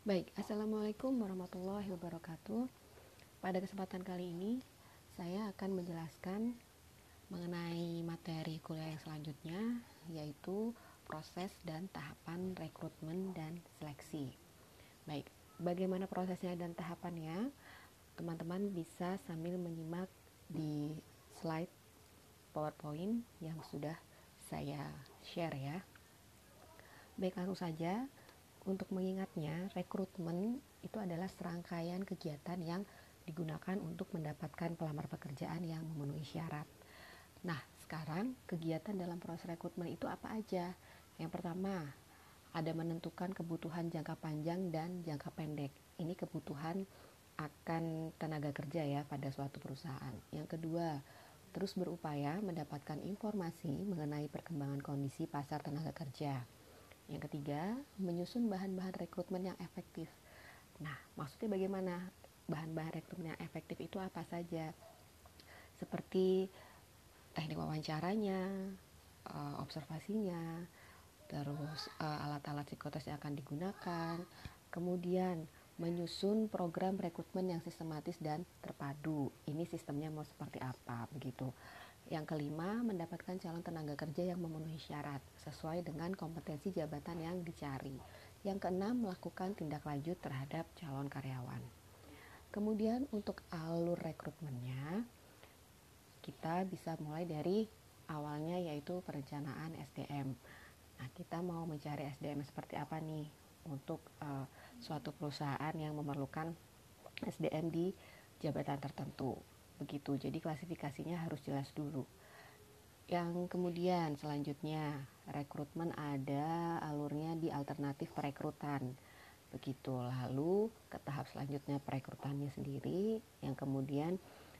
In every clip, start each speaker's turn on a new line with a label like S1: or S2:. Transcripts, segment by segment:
S1: Baik, Assalamualaikum warahmatullahi wabarakatuh. Pada kesempatan kali ini, saya akan menjelaskan mengenai materi kuliah yang selanjutnya, yaitu proses dan tahapan rekrutmen dan seleksi. Baik, bagaimana prosesnya dan tahapannya? Teman-teman bisa sambil menyimak di slide PowerPoint yang sudah saya share ya. Baik, langsung saja. Untuk mengingatnya, rekrutmen itu adalah serangkaian kegiatan yang digunakan untuk mendapatkan pelamar pekerjaan yang memenuhi syarat. Nah, sekarang kegiatan dalam proses rekrutmen itu apa aja? Yang pertama, ada menentukan kebutuhan jangka panjang dan jangka pendek. Ini kebutuhan akan tenaga kerja ya pada suatu perusahaan. Yang kedua, terus berupaya mendapatkan informasi mengenai perkembangan kondisi pasar tenaga kerja. Yang ketiga, menyusun bahan-bahan rekrutmen yang efektif. Nah, maksudnya bagaimana? Bahan-bahan rekrutmen yang efektif itu apa saja? Seperti teknik wawancaranya, observasinya, terus alat-alat psikotes yang akan digunakan, kemudian menyusun program rekrutmen yang sistematis dan terpadu. Ini sistemnya mau seperti apa, begitu. Yang kelima, mendapatkan calon tenaga kerja yang memenuhi syarat sesuai dengan kompetensi jabatan yang dicari. Yang keenam, melakukan tindak lanjut terhadap calon karyawan. Kemudian untuk alur rekrutmennya, kita bisa mulai dari awalnya yaitu perencanaan SDM. Nah, kita mau mencari SDM seperti apa nih untuk suatu perusahaan yang memerlukan SDM di jabatan tertentu. Begitu, jadi klasifikasinya harus jelas dulu. Yang kemudian selanjutnya, rekrutmen ada alurnya di alternatif perekrutan. Begitu, lalu ke tahap selanjutnya perekrutannya sendiri, yang kemudian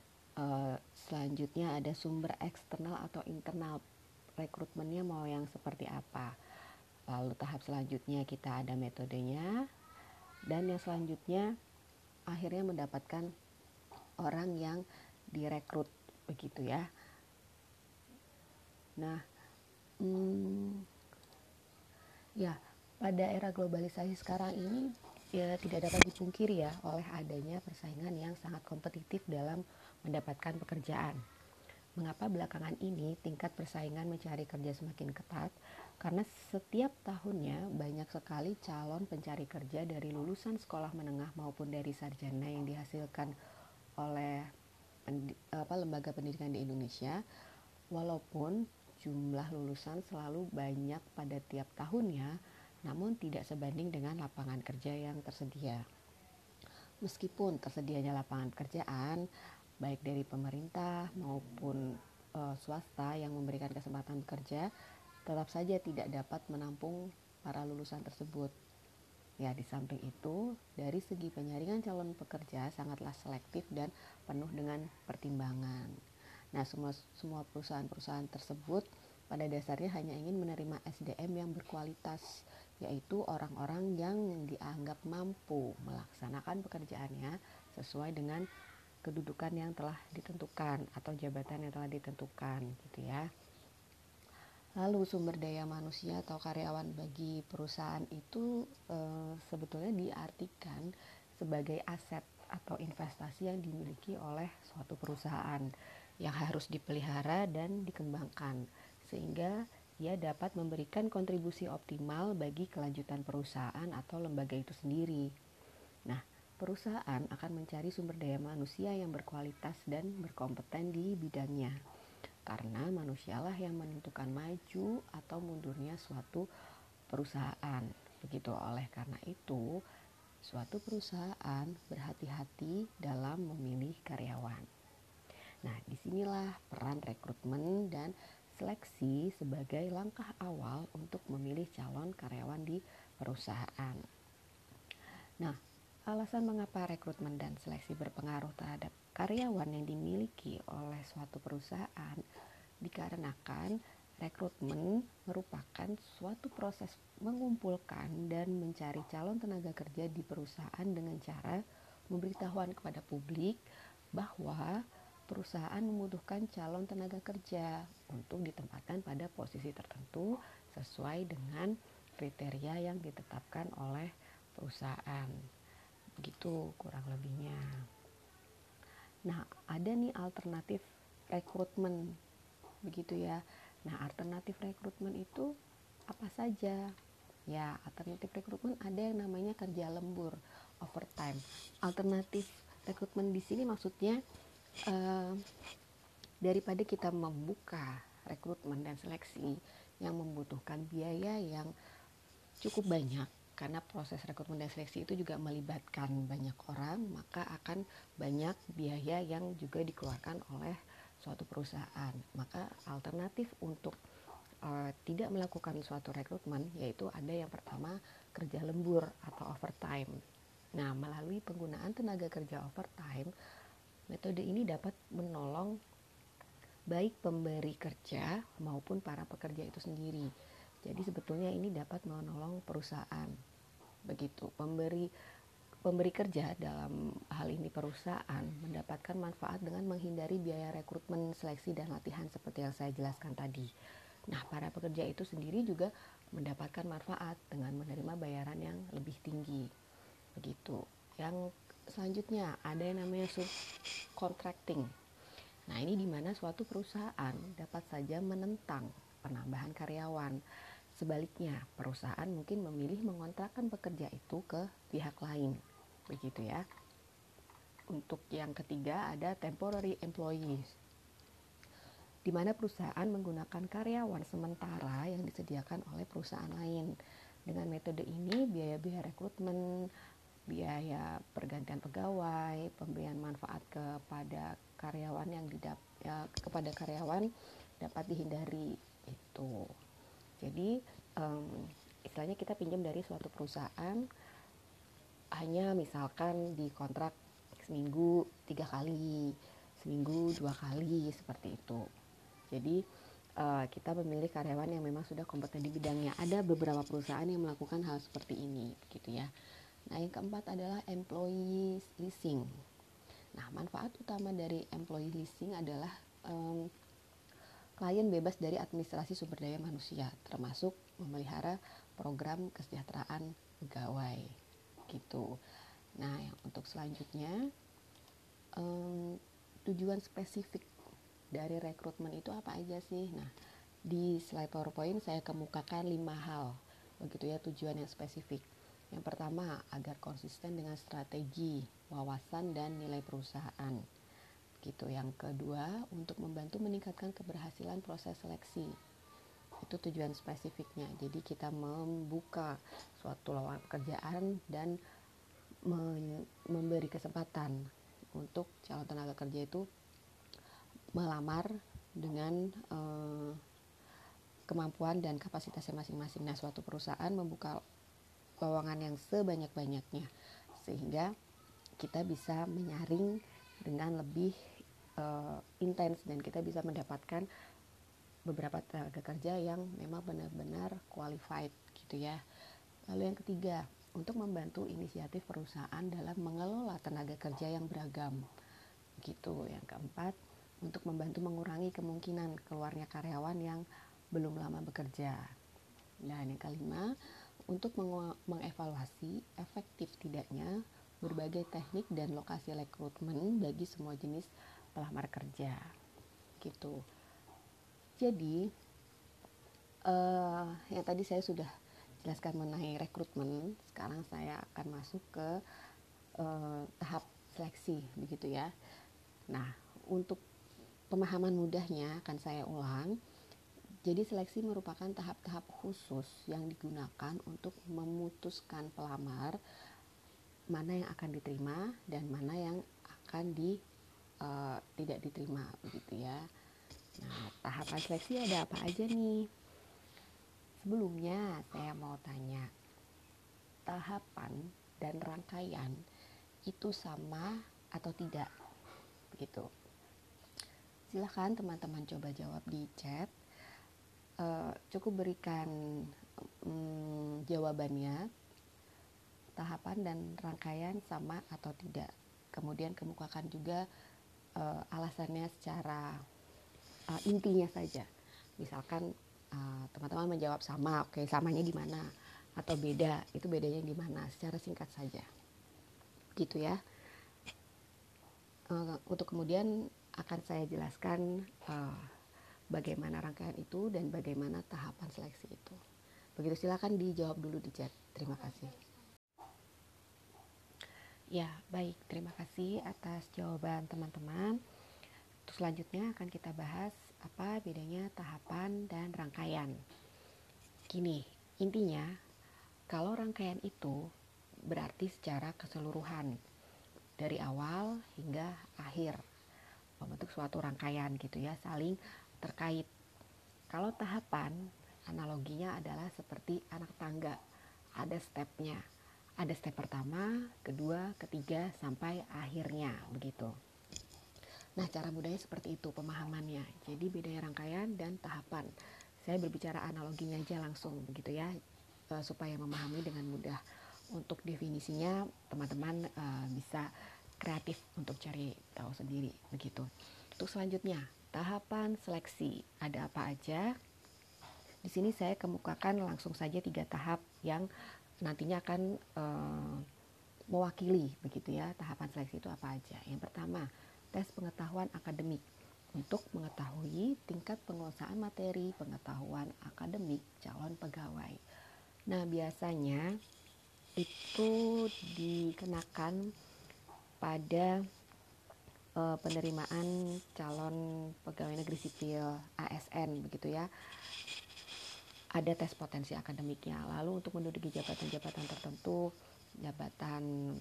S1: selanjutnya ada sumber eksternal atau internal, rekrutmennya mau yang seperti apa. Lalu tahap selanjutnya kita ada metodenya, dan yang selanjutnya akhirnya mendapatkan orang yang direkrut, begitu ya. Nah, ya, pada era globalisasi sekarang ini ya tidak dapat dipungkiri ya oleh adanya persaingan yang sangat kompetitif dalam mendapatkan pekerjaan. Mengapa belakangan ini tingkat persaingan mencari kerja semakin ketat? Karena setiap tahunnya banyak sekali calon pencari kerja dari lulusan sekolah menengah maupun dari sarjana yang dihasilkan oleh lembaga pendidikan di Indonesia. Walaupun jumlah lulusan selalu banyak pada tiap tahunnya, namun tidak sebanding dengan lapangan kerja yang tersedia. Meskipun tersedianya lapangan pekerjaan, baik dari pemerintah maupun swasta yang memberikan kesempatan bekerja, tetap saja tidak dapat menampung para lulusan tersebut. Ya, di samping itu, dari segi penyaringan calon pekerja sangatlah selektif dan penuh dengan pertimbangan. Nah, semua perusahaan-perusahaan tersebut pada dasarnya hanya ingin menerima SDM yang berkualitas, yaitu orang-orang yang dianggap mampu melaksanakan pekerjaannya sesuai dengan kedudukan yang telah ditentukan atau jabatan yang telah ditentukan, gitu ya. Lalu sumber daya manusia atau karyawan bagi perusahaan itu sebetulnya diartikan sebagai aset atau investasi yang dimiliki oleh suatu perusahaan yang harus dipelihara dan dikembangkan sehingga ia dapat memberikan kontribusi optimal bagi kelanjutan perusahaan atau lembaga itu sendiri. Nah, perusahaan akan mencari sumber daya manusia yang berkualitas dan berkompeten di bidangnya. Karena manusialah yang menentukan maju atau mundurnya suatu perusahaan. Begitu, oleh karena itu, suatu perusahaan berhati-hati dalam memilih karyawan. Nah, disinilah peran rekrutmen dan seleksi sebagai langkah awal untuk memilih calon karyawan di perusahaan. Nah, alasan mengapa rekrutmen dan seleksi berpengaruh terhadap karyawan yang dimiliki oleh suatu perusahaan dikarenakan rekrutmen merupakan suatu proses mengumpulkan dan mencari calon tenaga kerja di perusahaan dengan cara memberitahuan kepada publik bahwa perusahaan membutuhkan calon tenaga kerja untuk ditempatkan pada posisi tertentu sesuai dengan kriteria yang ditetapkan oleh perusahaan. Begitu kurang lebihnya. Nah, ada nih alternatif rekrutmen, begitu ya. Nah, alternatif rekrutmen itu apa saja? Ya, alternatif rekrutmen ada yang namanya kerja lembur, overtime. Alternatif rekrutmen di sini maksudnya daripada kita membuka rekrutmen dan seleksi yang membutuhkan biaya yang cukup banyak, karena proses rekrutmen dan seleksi itu juga melibatkan banyak orang, maka akan banyak biaya yang juga dikeluarkan oleh suatu perusahaan. Maka alternatif untuk tidak melakukan suatu rekrutmen yaitu ada yang pertama kerja lembur atau overtime. Nah, melalui penggunaan tenaga kerja overtime, metode ini dapat menolong baik pemberi kerja maupun para pekerja itu sendiri. Jadi sebetulnya ini dapat menolong perusahaan. Begitu, pemberi kerja dalam hal ini perusahaan mendapatkan manfaat dengan menghindari biaya rekrutmen, seleksi dan latihan seperti yang saya jelaskan tadi. Nah, para pekerja itu sendiri juga mendapatkan manfaat dengan menerima bayaran yang lebih tinggi. Begitu. Yang selanjutnya ada yang namanya subcontracting. Nah, ini di mana suatu perusahaan dapat saja menentang penambahan karyawan. Sebaliknya, perusahaan mungkin memilih mengontrakkan pekerja itu ke pihak lain. Begitu ya. Untuk yang ketiga ada temporary employees, di mana perusahaan menggunakan karyawan sementara yang disediakan oleh perusahaan lain. Dengan metode ini, biaya-biaya rekrutmen, biaya pergantian pegawai, pemberian manfaat kepada karyawan kepada karyawan dapat dihindari itu. Jadi istilahnya kita pinjam dari suatu perusahaan, hanya misalkan di kontrak seminggu 3 kali, seminggu 2 kali, seperti itu. Jadi kita memilih karyawan yang memang sudah kompeten di bidangnya. Ada beberapa perusahaan yang melakukan hal seperti ini, gitu ya. Nah, yang keempat adalah employee leasing. Nah, manfaat utama dari employee leasing adalah klien bebas dari administrasi sumber daya manusia, termasuk memelihara program kesejahteraan pegawai, gitu. Nah, yang untuk selanjutnya, tujuan spesifik dari rekrutmen itu apa aja sih? Nah, di slide PowerPoint saya kemukakan 5 hal, begitu ya, tujuan yang spesifik. Yang pertama, agar konsisten dengan strategi, wawasan, dan nilai perusahaan. Gitu. Yang kedua, untuk membantu meningkatkan keberhasilan proses seleksi. Itu tujuan spesifiknya. Jadi kita membuka suatu lowongan pekerjaan dan memberi kesempatan untuk calon tenaga kerja itu melamar dengan kemampuan dan kapasitasnya masing-masing. Nah, suatu perusahaan membuka lowongan yang sebanyak-banyaknya sehingga kita bisa menyaring dengan lebih intens dan kita bisa mendapatkan beberapa tenaga kerja yang memang benar-benar qualified, gitu ya. Lalu yang ketiga, untuk membantu inisiatif perusahaan dalam mengelola tenaga kerja yang beragam, gitu. Yang keempat, untuk membantu mengurangi kemungkinan keluarnya karyawan yang belum lama bekerja. Dan yang kelima, untuk mengevaluasi efektif tidaknya berbagai teknik dan lokasi rekrutmen bagi semua jenis pelamar kerja, gitu. Jadi yang tadi saya sudah jelaskan mengenai rekrutmen, sekarang saya akan masuk ke tahap seleksi, begitu ya. Nah, untuk pemahaman mudahnya akan saya ulang. Jadi seleksi merupakan tahap-tahap khusus yang digunakan untuk memutuskan pelamar mana yang akan diterima dan mana yang akan tidak diterima, begitu ya. Nah, tahapan seleksi ada apa aja nih? Sebelumnya saya mau tanya, tahapan dan rangkaian itu sama atau tidak? Begitu. Silahkan teman-teman coba jawab di chat. Cukup berikan jawabannya, tahapan dan rangkaian sama atau tidak. Kemudian kemukakan juga alasannya secara intinya saja. Misalkan teman-teman menjawab sama, oke, samanya di mana? atau beda, itu bedanya di mana secara singkat saja gitu ya. Untuk kemudian akan saya jelaskan bagaimana rangkaian itu dan bagaimana tahapan seleksi itu. Begitu, silakan dijawab dulu di chat. Terima kasih. Ya, baik. Terima kasih atas jawaban teman-teman. Untuk selanjutnya akan kita bahas apa bedanya tahapan dan rangkaian. Gini, intinya kalau rangkaian itu berarti secara keseluruhan dari awal hingga akhir membentuk suatu rangkaian gitu ya, saling terkait. Kalau tahapan analoginya adalah seperti anak tangga, ada stepnya. Ada step pertama, kedua, ketiga, sampai akhirnya begitu. Nah, cara mudahnya seperti itu pemahamannya. Jadi bedanya rangkaian dan tahapan. Saya berbicara analoginya aja langsung begitu ya, supaya memahami dengan mudah. Untuk definisinya teman-teman bisa kreatif untuk cari tahu sendiri begitu. Untuk selanjutnya, tahapan seleksi. Ada apa aja? Di sini saya kemukakan langsung saja 3 tahap yang nantinya akan mewakili begitu ya tahapan seleksi itu apa aja. Yang pertama, tes pengetahuan akademik untuk mengetahui tingkat penguasaan materi pengetahuan akademik calon pegawai. Nah, biasanya itu dikenakan pada penerimaan calon pegawai negeri sipil ASN begitu ya. Ada tes potensi akademiknya. Lalu untuk menduduki jabatan-jabatan tertentu, jabatan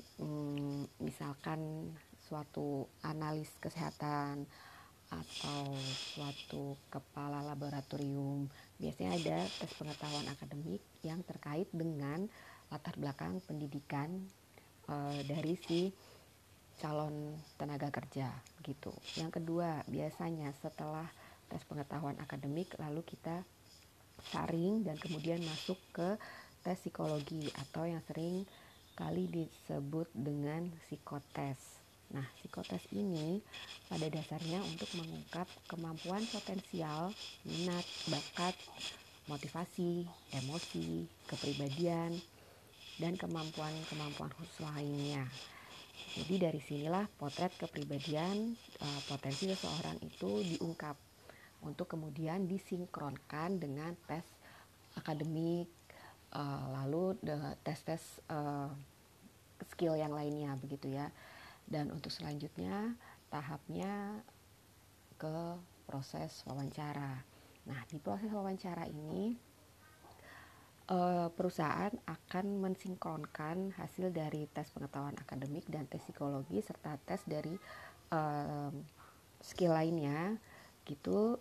S1: misalkan suatu analis kesehatan atau suatu kepala laboratorium, biasanya ada tes pengetahuan akademik yang terkait dengan latar belakang pendidikan dari si calon tenaga kerja gitu. Yang kedua, biasanya setelah tes pengetahuan akademik lalu kita saring dan kemudian masuk ke tes psikologi atau yang sering kali disebut dengan psikotes. Nah, psikotes ini pada dasarnya untuk mengungkap kemampuan potensial, minat, bakat, motivasi, emosi, kepribadian, dan kemampuan-kemampuan khusus lainnya. Jadi dari sinilah potret kepribadian potensi seseorang itu diungkap untuk kemudian disinkronkan dengan tes akademik, lalu tes-tes skill yang lainnya begitu ya. Dan untuk selanjutnya tahapnya ke proses wawancara. Nah, di proses wawancara ini perusahaan akan mensinkronkan hasil dari tes pengetahuan akademik dan tes psikologi serta tes dari skill lainnya gitu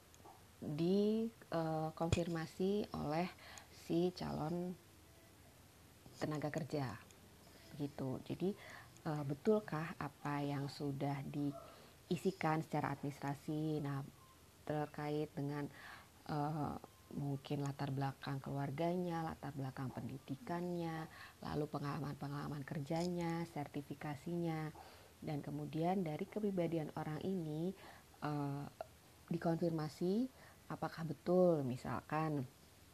S1: dikonfirmasi oleh si calon tenaga kerja gitu. Jadi betulkah apa yang sudah diisikan secara administrasi, nah terkait dengan mungkin latar belakang keluarganya, latar belakang pendidikannya, lalu pengalaman-pengalaman kerjanya, sertifikasinya, dan kemudian dari kepribadian orang ini dikonfirmasi apakah betul misalkan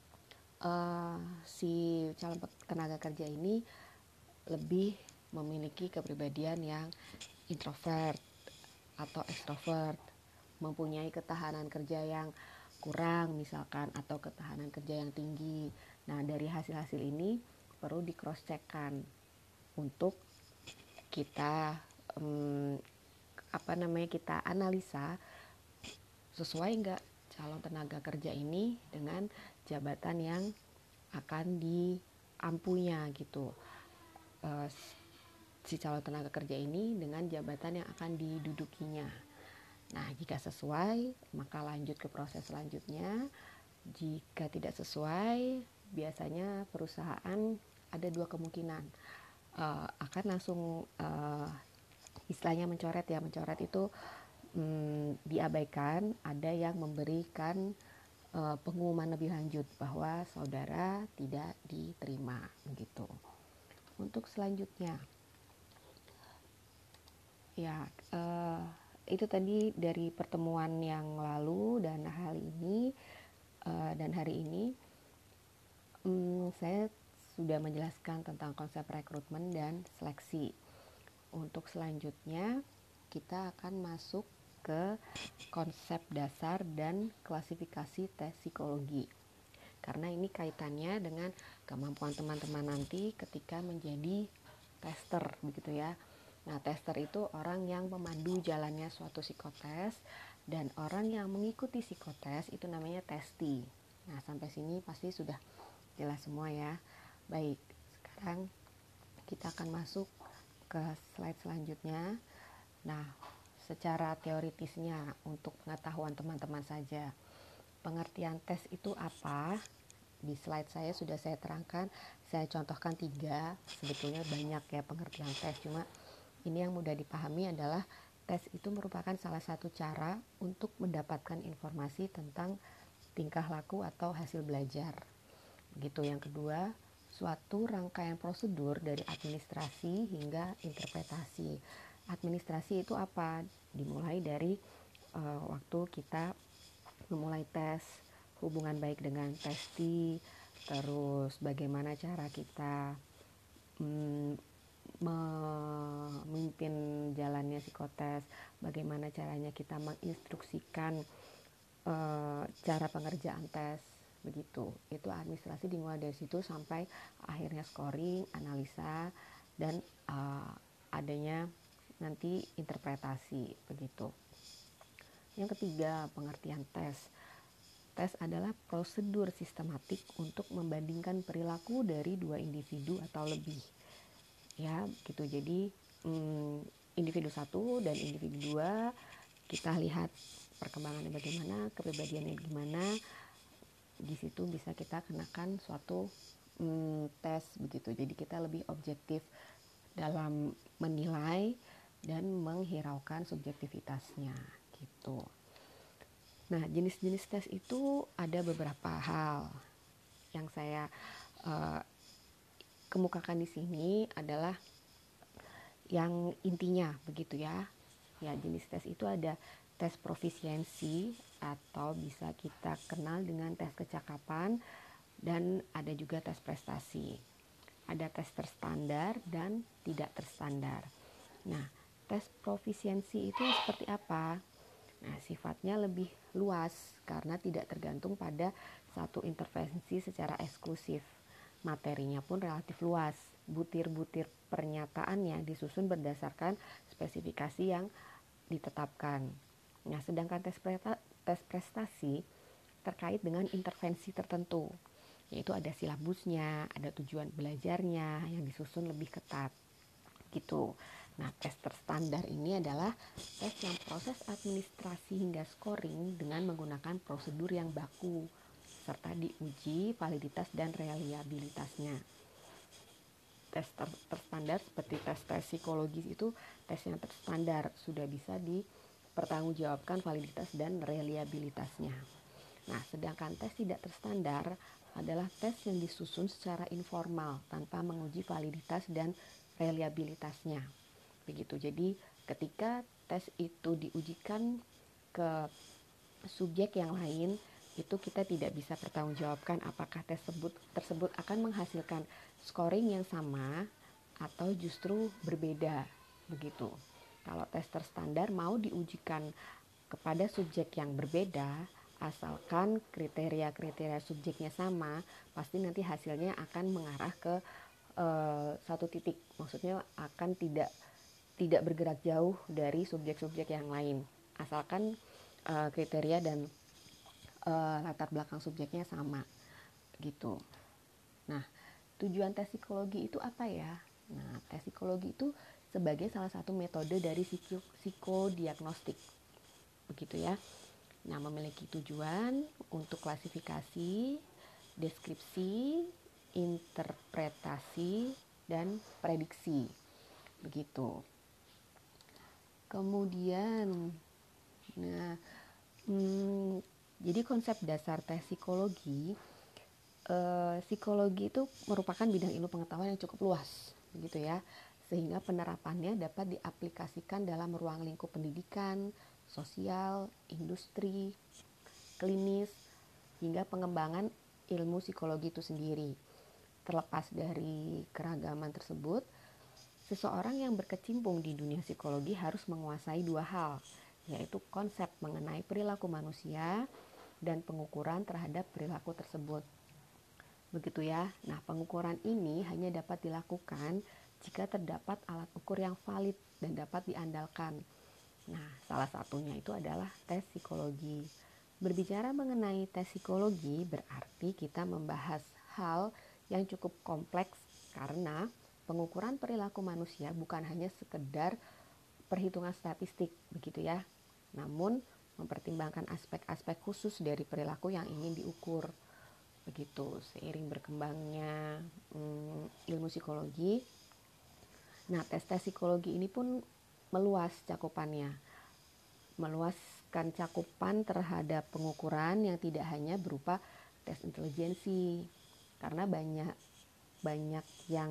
S1: si calon tenaga kerja ini lebih memiliki kepribadian yang introvert atau extrovert, mempunyai ketahanan kerja yang kurang misalkan atau ketahanan kerja yang tinggi. Nah, dari hasil-hasil ini perlu di cross checkkan untuk kita kita analisa sesuai enggak calon tenaga kerja ini dengan jabatan yang akan diampunya gitu. Si calon tenaga kerja ini dengan jabatan yang akan didudukinya. Nah, jika sesuai, maka lanjut ke proses selanjutnya. Jika tidak sesuai, biasanya perusahaan ada 2 kemungkinan. Akan langsung istilahnya mencoret ya. Mencoret itu diabaikan, ada yang memberikan pengumuman lebih lanjut bahwa saudara tidak diterima begitu. Untuk selanjutnya ya itu tadi dari pertemuan yang lalu dan hari ini saya sudah menjelaskan tentang konsep rekrutmen dan seleksi. Untuk selanjutnya kita akan masuk ke konsep dasar dan klasifikasi tes psikologi. Karena ini kaitannya dengan kemampuan teman-teman nanti ketika menjadi tester, begitu ya. Nah, tester itu orang yang memandu jalannya suatu psikotes, dan orang yang mengikuti psikotes itu namanya testi. Nah, sampai sini pasti sudah jelas semua ya. Baik, sekarang kita akan masuk ke slide selanjutnya. Nah, secara teoritisnya untuk pengetahuan teman-teman saja, pengertian tes itu apa? Di slide saya sudah saya terangkan, saya contohkan 3, sebetulnya banyak ya pengertian tes, cuma ini yang mudah dipahami adalah tes itu merupakan salah satu cara untuk mendapatkan informasi tentang tingkah laku atau hasil belajar. Begitu. Yang kedua, suatu rangkaian prosedur dari administrasi hingga interpretasi. Administrasi itu apa? Dimulai dari waktu kita memulai tes, hubungan baik dengan testi, terus bagaimana cara kita memimpin jalannya psikotes, bagaimana caranya kita menginstruksikan cara pengerjaan tes, begitu. Itu administrasi dimulai dari situ sampai akhirnya scoring, analisa, dan adanya nanti interpretasi, begitu. Yang ketiga, pengertian tes. Tes adalah prosedur sistematik untuk membandingkan perilaku dari 2 individu atau lebih. Ya, gitu. Jadi individu 1 dan individu 2, kita lihat perkembangannya bagaimana, kepribadiannya gimana. Di situ bisa kita kenakan suatu tes, begitu. Jadi kita lebih objektif dalam menilai dan menghiraukan subjektivitasnya, gitu. Nah, jenis-jenis tes itu ada beberapa hal yang saya kemukakan di sini adalah yang intinya, begitu ya. Ya, jenis tes itu ada tes profisiensi atau bisa kita kenal dengan tes kecakapan, dan ada juga tes prestasi. Ada tes terstandar dan tidak terstandar. Nah, tes profisiensi itu seperti apa? Nah, sifatnya lebih luas karena tidak tergantung pada satu intervensi secara eksklusif. Materinya pun relatif luas. Butir-butir pernyataannya disusun berdasarkan spesifikasi yang ditetapkan. Nah, sedangkan tes prestasi terkait dengan intervensi tertentu, yaitu ada silabusnya, ada tujuan belajarnya yang disusun lebih ketat, gitu. Nah, tes terstandar ini adalah tes yang proses administrasi hingga scoring dengan menggunakan prosedur yang baku, serta diuji validitas dan reliabilitasnya. Tes terstandar seperti tes psikologis itu tes yang terstandar, sudah bisa dipertanggungjawabkan validitas dan reliabilitasnya. Nah, sedangkan tes tidak terstandar adalah tes yang disusun secara informal tanpa menguji validitas dan reliabilitasnya. Begitu. Jadi, ketika tes itu diujikan ke subjek yang lain, itu kita tidak bisa pertanggungjawabkan apakah tes tersebut akan menghasilkan scoring yang sama atau justru berbeda, begitu. Kalau tes terstandar mau diujikan kepada subjek yang berbeda, asalkan kriteria-kriteria subjeknya sama, pasti nanti hasilnya akan mengarah ke satu titik. Maksudnya akan tidak bergerak jauh dari subjek-subjek yang lain, asalkan kriteria dan latar belakang subjeknya sama, gitu. Nah, tujuan tes psikologi itu apa ya? Nah, tes psikologi itu sebagai salah satu metode dari psikodiagnostik, begitu ya. Nah, memiliki tujuan untuk klasifikasi, deskripsi, interpretasi, dan prediksi, begitu. Kemudian, nah, jadi konsep dasar tes psikologi, psikologi itu merupakan bidang ilmu pengetahuan yang cukup luas, begitu ya, sehingga penerapannya dapat diaplikasikan dalam ruang lingkup pendidikan, sosial, industri, klinis, hingga pengembangan ilmu psikologi itu sendiri. Terlepas dari keragaman tersebut, seseorang yang berkecimpung di dunia psikologi harus menguasai dua hal, yaitu konsep mengenai perilaku manusia dan pengukuran terhadap perilaku tersebut. Begitu ya. Nah, pengukuran ini hanya dapat dilakukan jika terdapat alat ukur yang valid dan dapat diandalkan. Nah, salah satunya itu adalah tes psikologi. Berbicara mengenai tes psikologi berarti kita membahas hal yang cukup kompleks karena pengukuran perilaku manusia bukan hanya sekedar perhitungan statistik, begitu ya. Namun mempertimbangkan aspek-aspek khusus dari perilaku yang ingin diukur. Begitu, seiring berkembangnya ilmu psikologi. Nah, tes-tes psikologi ini pun meluas cakupannya. Meluaskan cakupan terhadap pengukuran yang tidak hanya berupa tes intelijensi. Karena banyak yang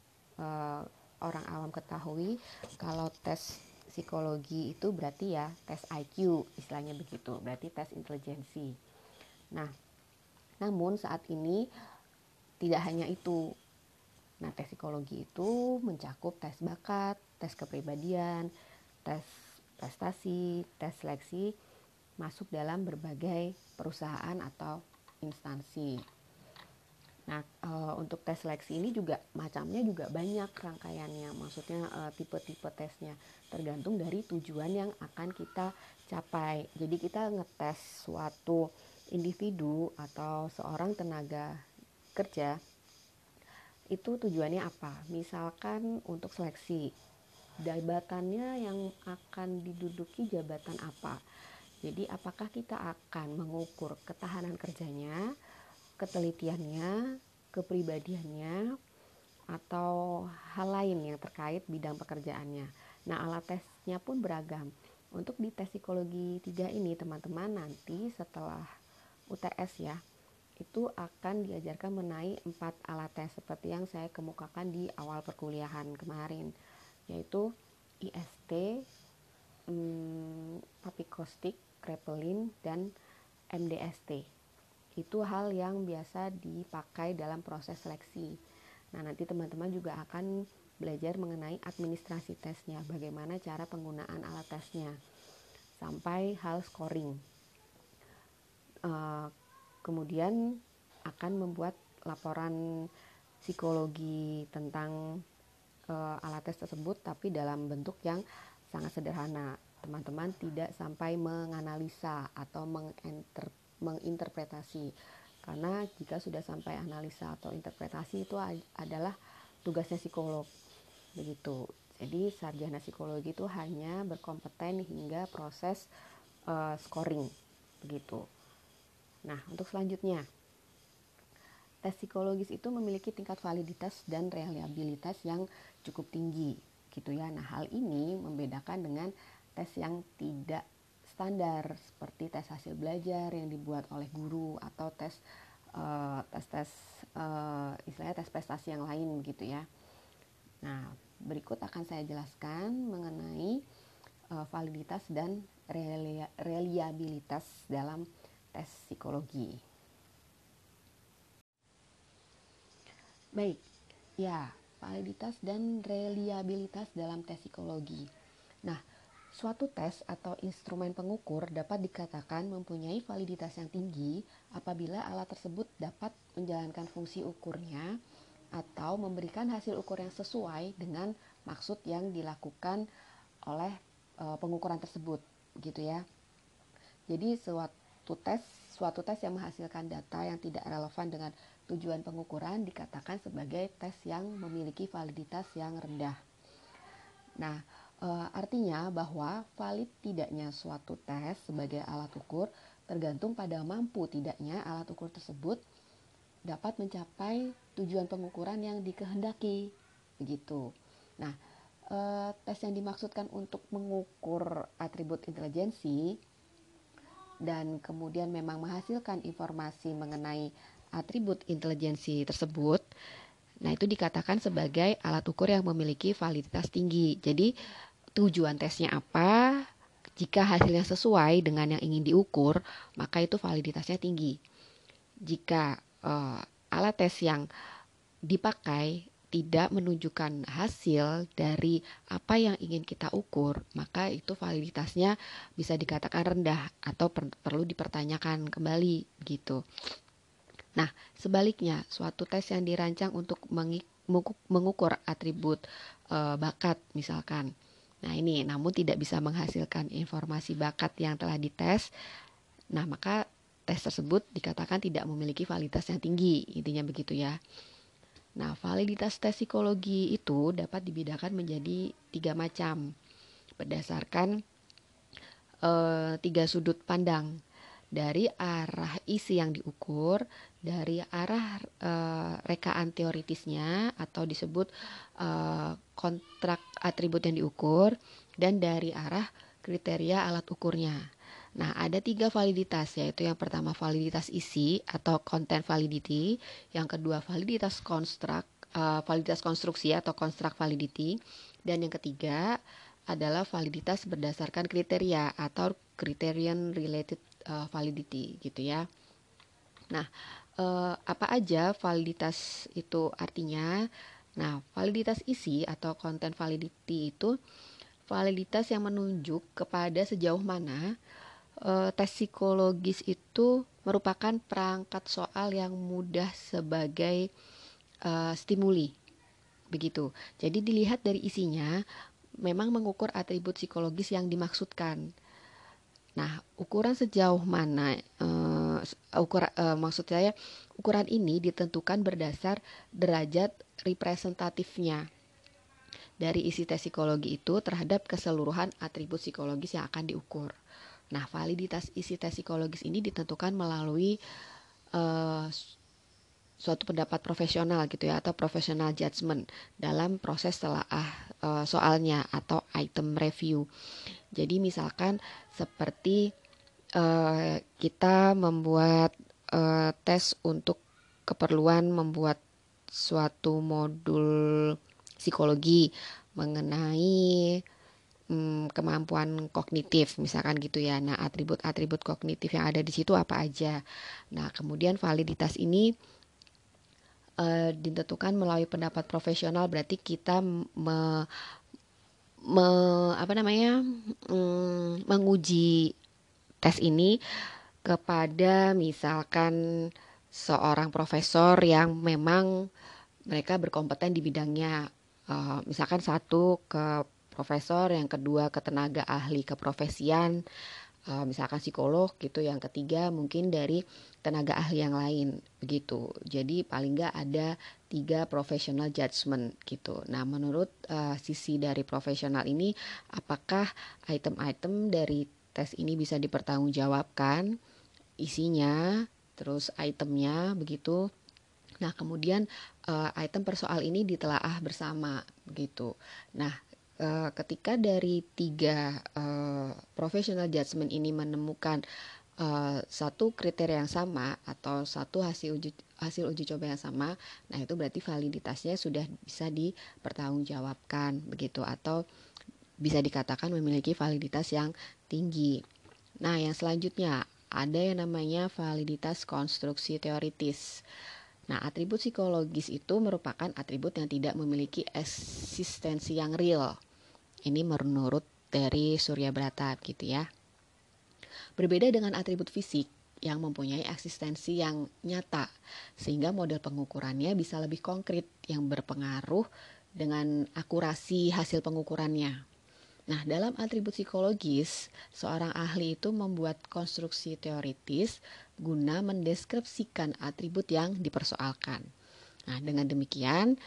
S1: orang awam ketahui kalau tes psikologi itu berarti ya tes IQ, istilahnya begitu, berarti tes intelijensi. Nah, namun saat ini tidak hanya itu. Nah, tes psikologi itu mencakup tes bakat, tes kepribadian, tes prestasi, tes seleksi, masuk dalam berbagai perusahaan atau instansi. Nah, untuk tes seleksi ini juga macamnya juga banyak rangkaiannya, maksudnya tipe-tipe tesnya, tergantung dari tujuan yang akan kita capai. Jadi kita ngetes suatu individu atau seorang tenaga kerja, itu tujuannya apa? Misalkan untuk seleksi, jabatannya yang akan diduduki jabatan apa? Jadi apakah kita akan mengukur ketahanan kerjanya, ketelitiannya, kepribadiannya, atau hal lain yang terkait bidang pekerjaannya. Nah, alat tesnya pun beragam. Untuk di tes psikologi 3 ini, teman-teman nanti setelah UTS ya, itu akan diajarkan mengenai 4 alat tes seperti yang saya kemukakan di awal perkuliahan kemarin, yaitu IST, Papikostik, Kraepelin, dan MDST. Itu hal yang biasa dipakai dalam proses seleksi. Nah, nanti teman-teman juga akan belajar mengenai administrasi tesnya, bagaimana cara penggunaan alat tesnya, sampai hal scoring. Kemudian akan membuat laporan psikologi tentang alat tes tersebut, tapi dalam bentuk yang sangat sederhana. Teman-teman tidak sampai menganalisa atau menginterpretasi, karena jika sudah sampai analisa atau interpretasi itu adalah tugasnya psikolog, begitu. Jadi sarjana psikologi itu hanya berkompeten hingga proses scoring, begitu. Nah, untuk selanjutnya, tes psikologis itu memiliki tingkat validitas dan reliabilitas yang cukup tinggi, gitu ya. Nah, hal ini membedakan dengan tes yang tidak standar seperti tes hasil belajar yang dibuat oleh guru atau tes istilahnya tes prestasi yang lain, begitu ya. Nah, berikut akan saya jelaskan mengenai validitas dan reliabilitas dalam tes psikologi. Baik, ya, validitas dan reliabilitas dalam tes psikologi. Nah, suatu tes atau instrumen pengukur dapat dikatakan mempunyai validitas yang tinggi apabila alat tersebut dapat menjalankan fungsi ukurnya atau memberikan hasil ukur yang sesuai dengan maksud yang dilakukan oleh pengukuran tersebut, gitu ya. Jadi suatu tes yang menghasilkan data yang tidak relevan dengan tujuan pengukuran dikatakan sebagai tes yang memiliki validitas yang rendah. Nah, artinya bahwa valid tidaknya suatu tes sebagai alat ukur tergantung pada mampu tidaknya alat ukur tersebut dapat mencapai tujuan pengukuran yang dikehendaki, begitu. Nah, tes yang dimaksudkan untuk mengukur atribut intelijensi dan kemudian memang menghasilkan informasi mengenai atribut intelijensi tersebut, nah itu dikatakan sebagai alat ukur yang memiliki validitas tinggi. Jadi tujuan tesnya apa? Jika hasilnya sesuai dengan yang ingin diukur, maka itu validitasnya tinggi. Jika alat tes yang dipakai tidak menunjukkan hasil dari apa yang ingin kita ukur, maka itu validitasnya bisa dikatakan rendah atau perlu dipertanyakan kembali gitu. Nah, sebaliknya, suatu tes yang dirancang untuk mengukur atribut bakat misalkan. Nah, ini namun tidak bisa menghasilkan informasi bakat yang telah dites. Nah, maka tes tersebut dikatakan tidak memiliki validitas yang tinggi, intinya begitu ya. Nah, validitas tes psikologi itu dapat dibedakan menjadi 3 macam berdasarkan 3 sudut pandang. Dari arah isi yang diukur, dari arah rekaan teoritisnya atau disebut kontrak atribut yang diukur, dan dari arah kriteria alat ukurnya. Nah, ada 3 validitas, yaitu yang pertama validitas isi atau content validity, yang kedua validitas validitas konstruksi atau construct validity, dan yang ketiga adalah validitas berdasarkan kriteria atau criterion related validity gitu ya. Nah, apa aja validitas itu artinya? Nah, validitas isi atau content validity itu validitas yang menunjuk kepada sejauh mana tes psikologis itu merupakan perangkat soal yang mudah sebagai stimuli. Begitu. Jadi dilihat dari isinya, memang mengukur atribut psikologis yang dimaksudkan. Nah, ukuran sejauh mana maksud saya ukuran ini ditentukan berdasar derajat representatifnya dari isi tes psikologi itu terhadap keseluruhan atribut psikologis yang akan diukur. Nah, validitas isi tes psikologis ini ditentukan melalui suatu pendapat profesional gitu ya, atau professional judgment dalam proses telaah soalnya atau item review. Jadi misalkan seperti kita membuat tes untuk keperluan membuat suatu modul psikologi mengenai kemampuan kognitif misalkan gitu ya. Nah, atribut-atribut kognitif yang ada di situ apa aja. Nah, kemudian validitas ini ditentukan melalui pendapat profesional, berarti kita menguji tes ini kepada misalkan seorang profesor yang memang mereka berkompeten di bidangnya. Misalkan satu ke profesor, yang kedua ke tenaga ahli keprofesian, misalkan psikolog gitu, yang ketiga mungkin dari tenaga ahli yang lain begitu. Jadi paling nggak ada 3 professional judgment gitu. Nah, menurut sisi dari profesional ini, apakah item-item dari tes ini bisa dipertanggungjawabkan isinya, terus itemnya begitu. Nah, kemudian item persoal ini ditelaah bersama begitu. Nah, ketika dari 3 professional judgment ini menemukan satu kriteria yang sama atau satu hasil uji coba yang sama, nah itu berarti validitasnya sudah bisa dipertanggungjawabkan begitu, atau bisa dikatakan memiliki validitas yang tinggi. Nah, yang selanjutnya ada yang namanya validitas konstruksi teoritis. Nah, atribut psikologis itu merupakan atribut yang tidak memiliki eksistensi yang real. Ini menurut dari Surya Brata gitu ya. Berbeda dengan atribut fisik yang mempunyai eksistensi yang nyata, sehingga model pengukurannya bisa lebih konkret yang berpengaruh dengan akurasi hasil pengukurannya. Nah, dalam atribut psikologis, seorang ahli itu membuat konstruksi teoritis guna mendeskripsikan atribut yang dipersoalkan. Nah, dengan demikian,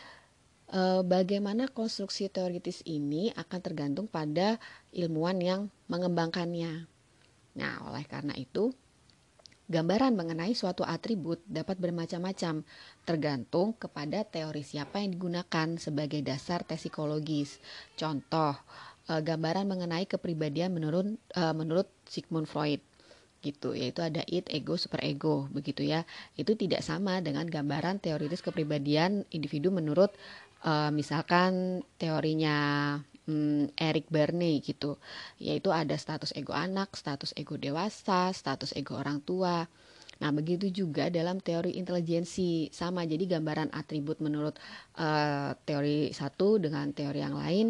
S1: bagaimana konstruksi teoritis ini akan tergantung pada ilmuwan yang mengembangkannya. Nah, oleh karena itu, gambaran mengenai suatu atribut dapat bermacam-macam, tergantung kepada teori siapa yang digunakan sebagai dasar tes psikologis. Contoh, gambaran mengenai kepribadian menurut Sigmund Freud gitu, yaitu ada id, ego, superego begitu ya. Itu tidak sama dengan gambaran teoritis kepribadian individu menurut misalkan teorinya Eric Berne gitu, yaitu ada status ego anak, status ego dewasa, status ego orang tua. Nah, begitu juga dalam teori intelijensi, sama. Jadi gambaran atribut menurut teori satu dengan teori yang lain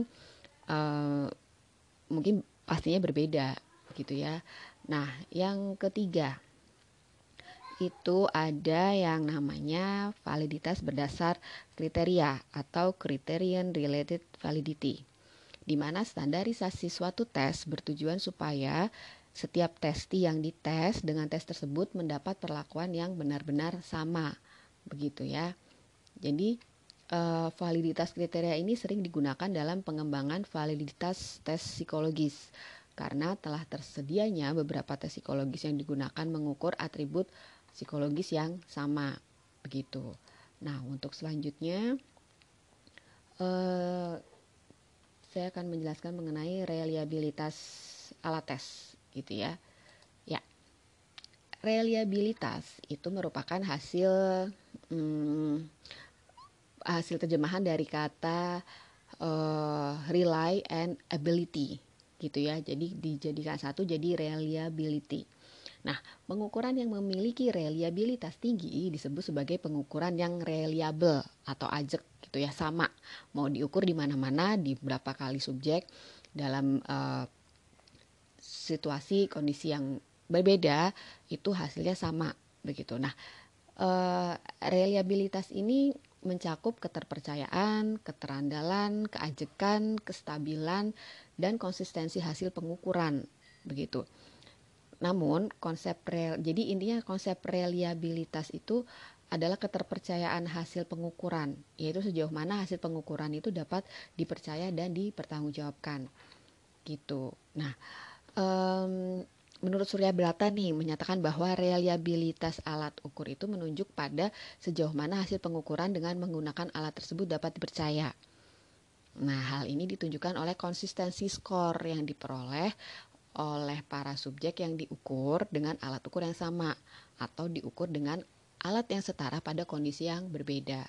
S1: mungkin pastinya berbeda gitu ya. Nah, yang ketiga itu ada yang namanya validitas berdasar kriteria atau criterion related validity, di mana standarisasi suatu tes bertujuan supaya setiap testi yang dites dengan tes tersebut mendapat perlakuan yang benar-benar sama, begitu ya. Jadi validitas kriteria ini sering digunakan dalam pengembangan validitas tes psikologis karena telah tersedianya beberapa tes psikologis yang digunakan mengukur atribut psikologis yang sama, begitu. Nah, untuk selanjutnya saya akan menjelaskan mengenai reliabilitas alat tes, gitu ya. Ya, reliabilitas itu merupakan hasil terjemahan dari kata rely and ability, gitu ya. Jadi dijadikan satu jadi reliability. Nah, pengukuran yang memiliki reliabilitas tinggi disebut sebagai pengukuran yang reliable atau ajek, gitu ya, sama. Mau diukur di mana-mana, di berapa kali subjek, dalam situasi kondisi yang berbeda, itu hasilnya sama, begitu. Nah, reliabilitas ini mencakup keterpercayaan, keterandalan, keajekan, kestabilan, dan konsistensi hasil pengukuran, begitu. Namun jadi intinya konsep reliabilitas itu adalah keterpercayaan hasil pengukuran, yaitu sejauh mana hasil pengukuran itu dapat dipercaya dan dipertanggungjawabkan, gitu. Nah, menurut Surya Brata nih menyatakan bahwa reliabilitas alat ukur itu menunjuk pada sejauh mana hasil pengukuran dengan menggunakan alat tersebut dapat dipercaya. Nah, hal ini ditunjukkan oleh konsistensi skor yang diperoleh oleh para subjek yang diukur dengan alat ukur yang sama atau diukur dengan alat yang setara pada kondisi yang berbeda.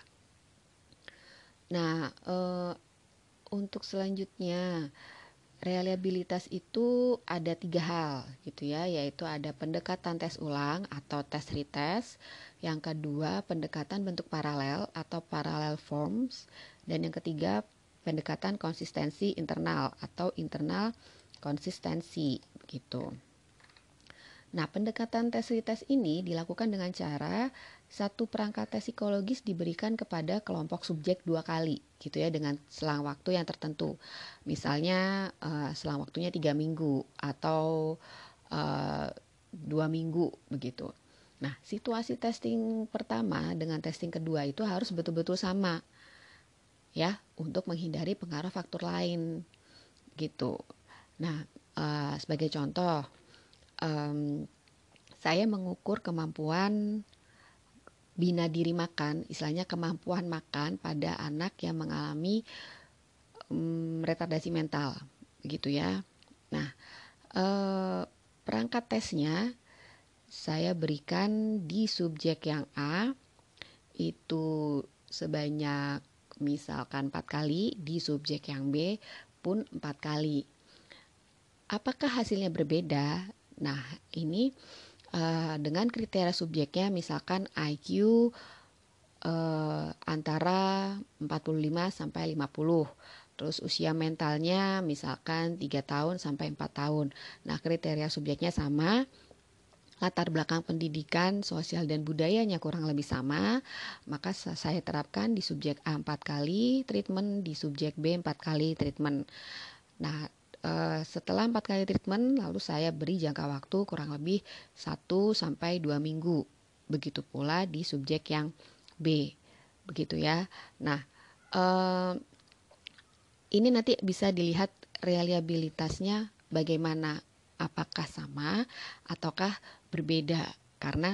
S1: Nah, untuk selanjutnya reliabilitas itu ada 3 hal gitu ya, yaitu ada pendekatan tes ulang atau tes retest, yang kedua pendekatan bentuk paralel atau parallel forms, dan yang ketiga pendekatan konsistensi internal atau internal konsistensi gitu. Nah, pendekatan tes retest ini dilakukan dengan cara satu perangkat tes psikologis diberikan kepada kelompok subjek 2 kali gitu ya, dengan selang waktu yang tertentu. Misalnya selang waktunya 3 minggu atau 2 minggu begitu. Nah, situasi testing pertama dengan testing kedua itu harus betul-betul sama ya, untuk menghindari pengaruh faktor lain gitu. Nah, sebagai contoh, saya mengukur kemampuan bina diri makan, istilahnya kemampuan makan pada anak yang mengalami retardasi mental, begitu ya. Nah, perangkat tesnya saya berikan di subjek yang A itu sebanyak misalkan 4 kali, di subjek yang B pun 4 kali. Apakah hasilnya berbeda? Nah, ini dengan kriteria subjeknya misalkan IQ antara 45 sampai 50. Terus usia mentalnya misalkan 3 tahun sampai 4 tahun. Nah, kriteria subjeknya sama, latar belakang pendidikan, sosial dan budayanya kurang lebih sama, maka saya terapkan di subjek A 4 kali treatment, di subjek B 4 kali treatment. Nah, setelah 4 kali treatment, lalu saya beri jangka waktu kurang lebih 1 sampai 2 minggu. Begitu pula di subjek yang B. Begitu ya. Nah, ini nanti bisa dilihat reliabilitasnya bagaimana. Apakah sama ataukah berbeda. Karena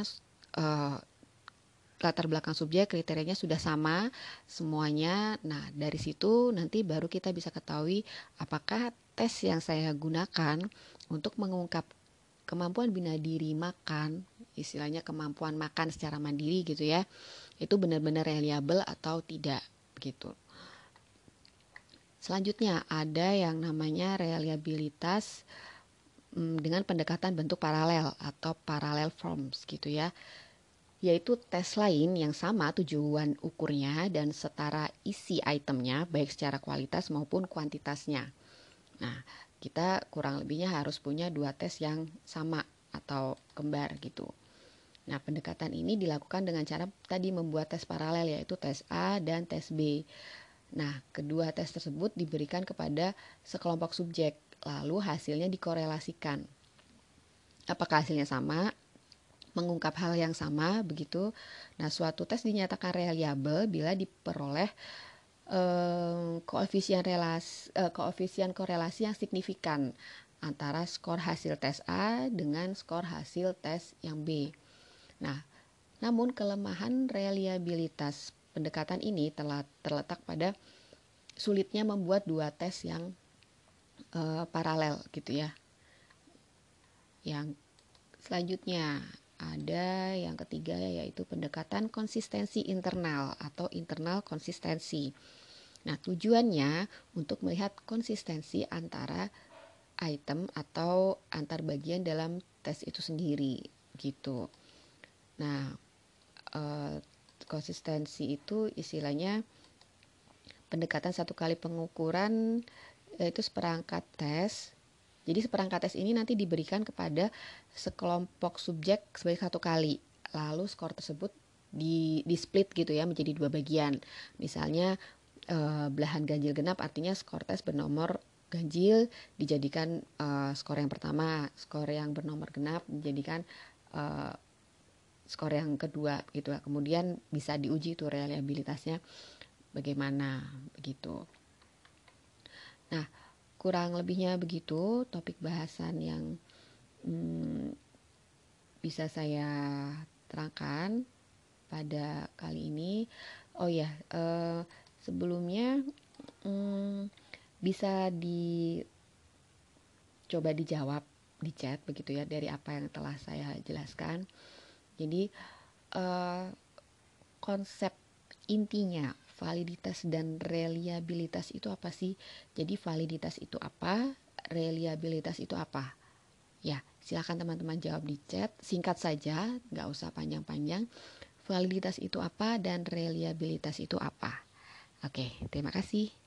S1: latar belakang subjek kriterianya sudah sama semuanya. Nah, dari situ nanti baru kita bisa ketahui apakah tes yang saya gunakan untuk mengungkap kemampuan bina diri makan, istilahnya kemampuan makan secara mandiri gitu ya, itu benar-benar reliable atau tidak gitu. Selanjutnya ada yang namanya reliabilitas dengan pendekatan bentuk paralel atau parallel forms gitu ya. yaitu tes lain yang sama tujuan ukurnya dan setara isi itemnya baik secara kualitas maupun kuantitasnya. Nah, kita kurang lebihnya harus punya dua tes yang sama atau kembar gitu. Nah, pendekatan ini dilakukan dengan cara tadi membuat tes paralel, yaitu tes A dan tes B. Nah, kedua tes tersebut diberikan kepada sekelompok subjek, lalu hasilnya dikorelasikan. Apakah hasilnya sama? Mengungkap hal yang sama begitu. Nah, suatu tes dinyatakan reliabel bila diperoleh koefisien korelasi yang signifikan antara skor hasil tes A dengan skor hasil tes yang B. Nah, namun kelemahan reliabilitas pendekatan ini telah terletak pada sulitnya membuat dua tes yang paralel gitu ya. Yang selanjutnya ada yang ketiga yaitu pendekatan konsistensi internal atau internal konsistensi. Nah, tujuannya untuk melihat konsistensi antara item atau antar bagian dalam tes itu sendiri gitu. Nah, konsistensi itu istilahnya pendekatan satu kali pengukuran, yaitu seperangkat tes. Jadi seperangkat tes ini nanti diberikan kepada sekelompok subjek sebanyak satu kali. Lalu skor tersebut di split gitu ya menjadi dua bagian. Misalnya belahan ganjil genap artinya skor tes bernomor ganjil dijadikan skor yang pertama, skor yang bernomor genap dijadikan skor yang kedua gitu. Kemudian bisa diuji tuh reliabilitasnya bagaimana begitu. Nah, kurang lebihnya begitu topik bahasan yang bisa saya terangkan pada kali ini. Oh ya, sebelumnya bisa dicoba dijawab di chat begitu ya dari apa yang telah saya jelaskan. Jadi konsep intinya validitas dan reliabilitas itu apa sih? Jadi validitas itu apa? Reliabilitas itu apa? Ya, silakan teman-teman jawab di chat. Singkat saja, nggak usah panjang-panjang. Validitas itu apa dan reliabilitas itu apa? Oke, terima kasih.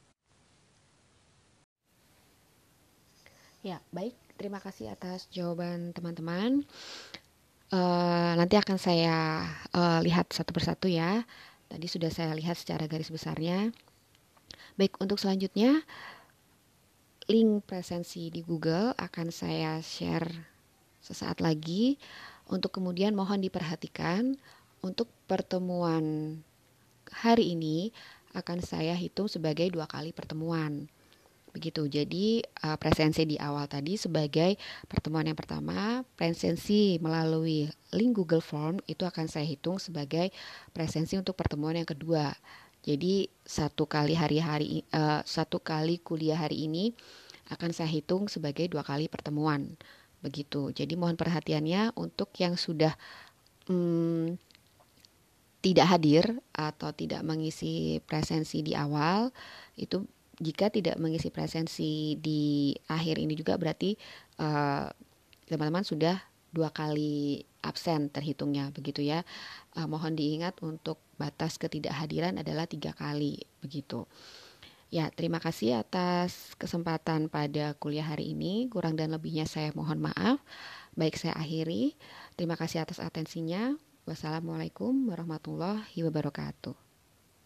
S1: Ya, baik. Terima kasih atas jawaban teman-teman. Nanti akan saya lihat satu persatu ya. Tadi sudah saya lihat secara garis besarnya. Baik, untuk selanjutnya link presensi di Google akan saya share sesaat lagi. Untuk kemudian mohon diperhatikan untuk pertemuan hari ini akan saya hitung sebagai 2 kali pertemuan. Begitu. Jadi presensi di awal tadi sebagai pertemuan yang pertama, presensi melalui link Google Form itu akan saya hitung sebagai presensi untuk pertemuan yang kedua. Jadi satu kali kuliah hari ini akan saya hitung sebagai 2 kali pertemuan. Begitu. Jadi mohon perhatiannya untuk yang sudah tidak hadir atau tidak mengisi presensi di awal itu. Jika tidak mengisi presensi di akhir ini juga berarti teman-teman sudah 2 kali absen terhitungnya begitu ya. Mohon diingat untuk batas ketidakhadiran adalah 3 kali begitu. Ya, terima kasih atas kesempatan pada kuliah hari ini. Kurang dan lebihnya saya mohon maaf. Baik, saya akhiri. Terima kasih atas atensinya. Wassalamualaikum warahmatullahi wabarakatuh.